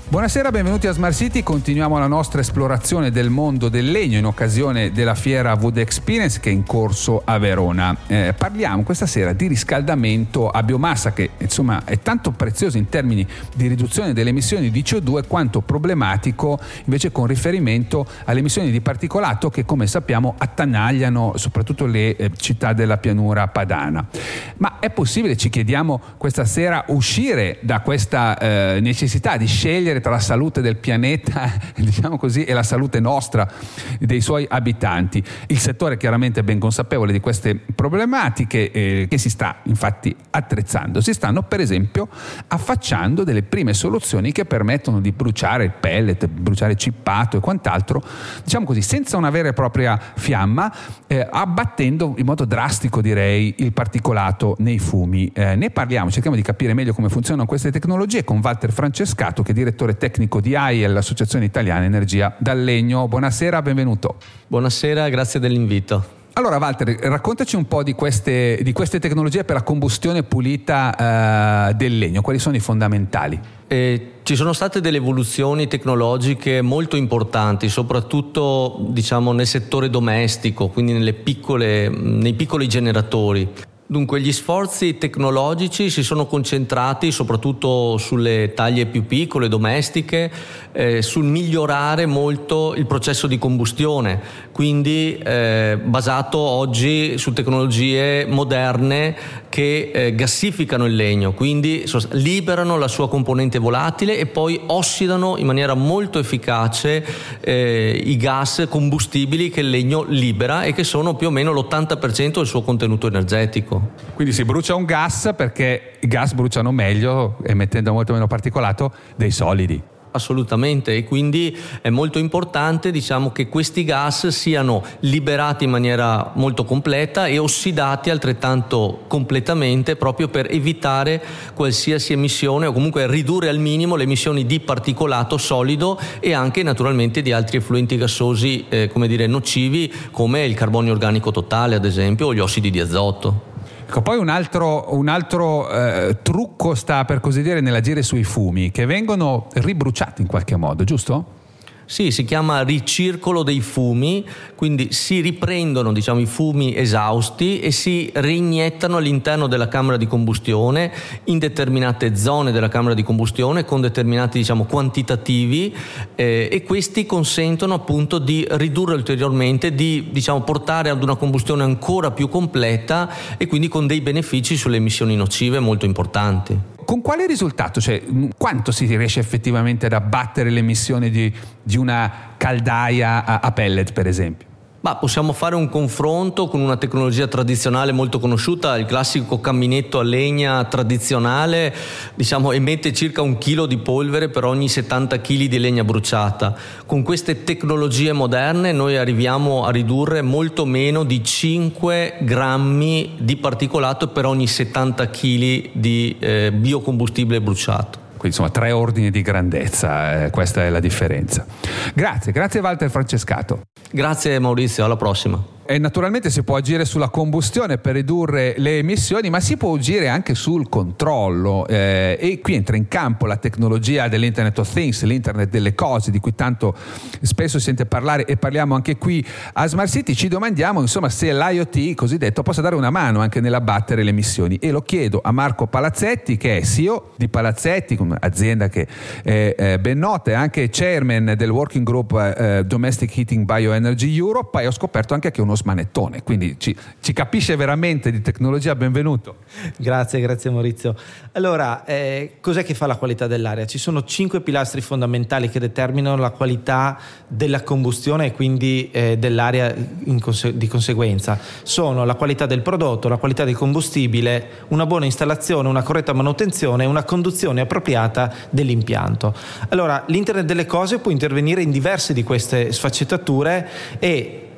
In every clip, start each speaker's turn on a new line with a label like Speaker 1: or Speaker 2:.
Speaker 1: Buonasera, benvenuti a Smart City. Continuiamo la nostra esplorazione del mondo del legno in occasione della fiera Wood Experience che è in corso a Verona. Parliamo questa sera di riscaldamento a biomassa, che insomma è tanto prezioso in termini di riduzione delle emissioni di CO2 quanto problematico invece con riferimento alle emissioni di particolato che, come sappiamo, attanagliano soprattutto le città della pianura padana. Ma è possibile, ci chiediamo questa sera, uscire da questa necessità di scegliere tra la salute del pianeta, diciamo così, e la salute nostra, dei suoi abitanti? Il settore chiaramente è ben consapevole di queste problematiche che si sta infatti attrezzando. Si stanno per esempio affacciando delle prime soluzioni che permettono di bruciare il pellet, bruciare cippato e quant'altro, diciamo così, senza una vera e propria fiamma, abbattendo in modo drastico, direi, il particolato nei fumi. Ne parliamo, cerchiamo di capire meglio come funzionano queste tecnologie con Walter Francescato, che è direttore tecnico di AIEL, l'Associazione Italiana Energia dal Legno. Buonasera, benvenuto.
Speaker 2: Buonasera, grazie dell'invito.
Speaker 1: Allora Walter, raccontaci un po' di queste tecnologie per la combustione pulita del legno. Quali sono i fondamentali?
Speaker 2: Ci sono state delle evoluzioni tecnologiche molto importanti, soprattutto diciamo nel settore domestico, quindi nei piccoli generatori. Dunque, gli sforzi tecnologici si sono concentrati soprattutto sulle taglie più piccole, domestiche, sul migliorare molto il processo di combustione, quindi basato oggi su tecnologie moderne che gassificano il legno, quindi liberano la sua componente volatile e poi ossidano in maniera molto efficace i gas combustibili che il legno libera e che sono più o meno l'80% del suo contenuto energetico.
Speaker 1: Quindi si brucia un gas perché i gas bruciano meglio, emettendo molto meno particolato, dei solidi.
Speaker 2: Assolutamente, e quindi è molto importante, diciamo, che questi gas siano liberati in maniera molto completa e ossidati altrettanto completamente, proprio per evitare qualsiasi emissione o comunque ridurre al minimo le emissioni di particolato solido e anche naturalmente di altri effluenti gassosi nocivi, come il carbonio organico totale ad esempio o gli ossidi di azoto.
Speaker 1: Ecco, poi un altro trucco sta, per così dire, nell'agire sui fumi, che vengono ribruciati in qualche modo, giusto?
Speaker 2: Sì, si chiama ricircolo dei fumi, quindi si riprendono, diciamo, i fumi esausti e si reiniettano all'interno della camera di combustione in determinate zone della camera di combustione con determinati, diciamo, quantitativi e questi consentono appunto di ridurre ulteriormente, di, diciamo, portare ad una combustione ancora più completa e quindi con dei benefici sulle emissioni nocive molto importanti.
Speaker 1: Con quale risultato? Cioè, quanto si riesce effettivamente ad abbattere le emissioni di una caldaia a pellet, per esempio?
Speaker 2: Possiamo fare un confronto con una tecnologia tradizionale molto conosciuta. Il classico caminetto a legna tradizionale, diciamo, emette circa 1 chilo di polvere per ogni 70 kg di legna bruciata. Con queste tecnologie moderne noi arriviamo a ridurre molto meno di 5 grammi di particolato per ogni 70 kg di biocombustibile bruciato.
Speaker 1: Quindi insomma 3 ordini di grandezza, questa è la differenza. Grazie Walter Francescato.
Speaker 2: Grazie Maurizio, alla prossima.
Speaker 1: E naturalmente si può agire sulla combustione per ridurre le emissioni, ma si può agire anche sul controllo e qui entra in campo la tecnologia dell'Internet of Things, l'internet delle cose, di cui tanto spesso si sente parlare e parliamo anche qui a Smart City. Ci domandiamo insomma se l'IoT cosiddetto possa dare una mano anche nell'abbattere le emissioni, e lo chiedo a Marco Palazzetti, che è CEO di Palazzetti, un'azienda che è ben nota, e anche chairman del working group Domestic Heating Bioenergy Europe, e ho scoperto anche che uno smanettone, quindi ci capisce veramente di tecnologia. Benvenuto.
Speaker 3: Grazie Maurizio. Allora, cos'è che fa la qualità dell'aria? Ci sono 5 pilastri fondamentali che determinano la qualità della combustione e quindi dell'aria di conseguenza. Sono la qualità del prodotto, la qualità del combustibile, una buona installazione, una corretta manutenzione e una conduzione appropriata dell'impianto. Allora, l'Internet delle cose può intervenire in diverse di queste sfaccettature e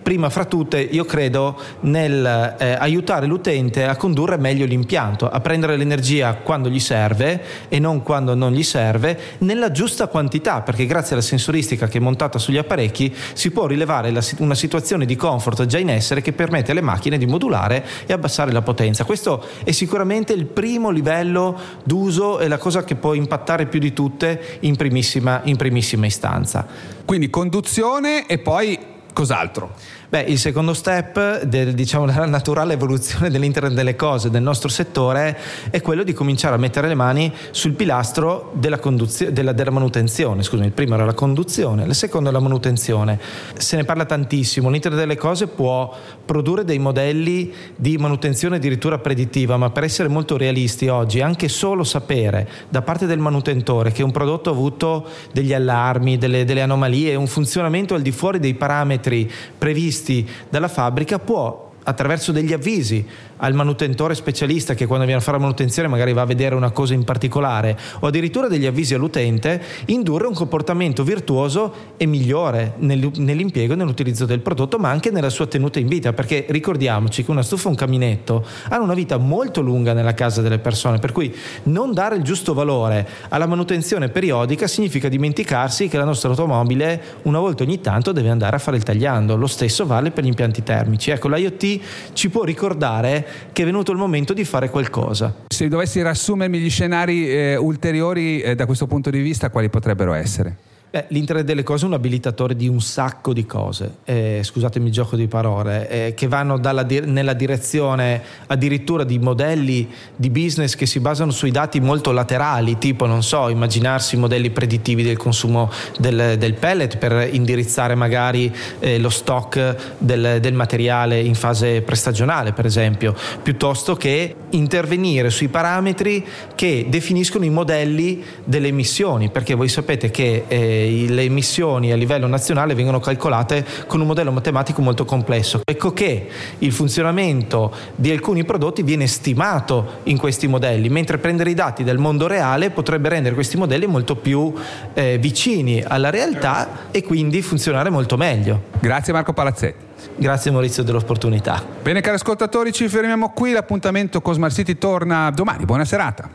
Speaker 3: prima fra tutte io credo nel aiutare l'utente a condurre meglio l'impianto, a prendere l'energia quando gli serve e non quando non gli serve, nella giusta quantità, perché grazie alla sensoristica che è montata sugli apparecchi si può rilevare una situazione di comfort già in essere che permette alle macchine di modulare e abbassare la potenza. Questo è sicuramente il primo livello d'uso e la cosa che può impattare più di tutte in primissima istanza.
Speaker 1: Quindi conduzione e poi cos'altro?
Speaker 3: Il secondo step della naturale evoluzione dell'Internet delle cose del nostro settore è quello di cominciare a mettere le mani sul pilastro della manutenzione. Scusami, il primo era la conduzione, il secondo è la manutenzione. Se ne parla tantissimo, l'Internet delle cose può produrre dei modelli di manutenzione addirittura predittiva, ma per essere molto realisti oggi, anche solo sapere da parte del manutentore che un prodotto ha avuto degli allarmi, delle anomalie, un funzionamento al di fuori dei parametri previsti dalla fabbrica, può, attraverso degli avvisi al manutentore specialista che quando viene a fare la manutenzione magari va a vedere una cosa in particolare, o addirittura degli avvisi all'utente, indurre un comportamento virtuoso e migliore nell'impiego e nell'utilizzo del prodotto, ma anche nella sua tenuta in vita, perché ricordiamoci che una stufa e un caminetto hanno una vita molto lunga nella casa delle persone, per cui non dare il giusto valore alla manutenzione periodica significa dimenticarsi che la nostra automobile una volta ogni tanto deve andare a fare il tagliando. Lo stesso vale per gli impianti termici. Ecco, l'IoT ci può ricordare che è venuto il momento di fare qualcosa.
Speaker 1: Se dovessi riassumermi gli scenari ulteriori da questo punto di vista, quali potrebbero essere?
Speaker 3: L'Internet delle cose è un abilitatore di un sacco di cose, scusatemi il gioco di parole, che vanno nella direzione addirittura di modelli di business che si basano sui dati molto laterali, tipo, non so, immaginarsi modelli predittivi del consumo del pellet per indirizzare magari lo stock del materiale in fase prestagionale, per esempio, piuttosto che intervenire sui parametri che definiscono i modelli delle emissioni, perché voi sapete che le emissioni a livello nazionale vengono calcolate con un modello matematico molto complesso. Ecco che il funzionamento di alcuni prodotti viene stimato in questi modelli, mentre prendere i dati del mondo reale potrebbe rendere questi modelli molto più vicini alla realtà e quindi funzionare molto meglio.
Speaker 1: Grazie Marco Palazzetti.
Speaker 3: Grazie Maurizio dell'opportunità.
Speaker 1: Bene cari ascoltatori, ci fermiamo qui, l'appuntamento con Smart City torna domani, buona serata.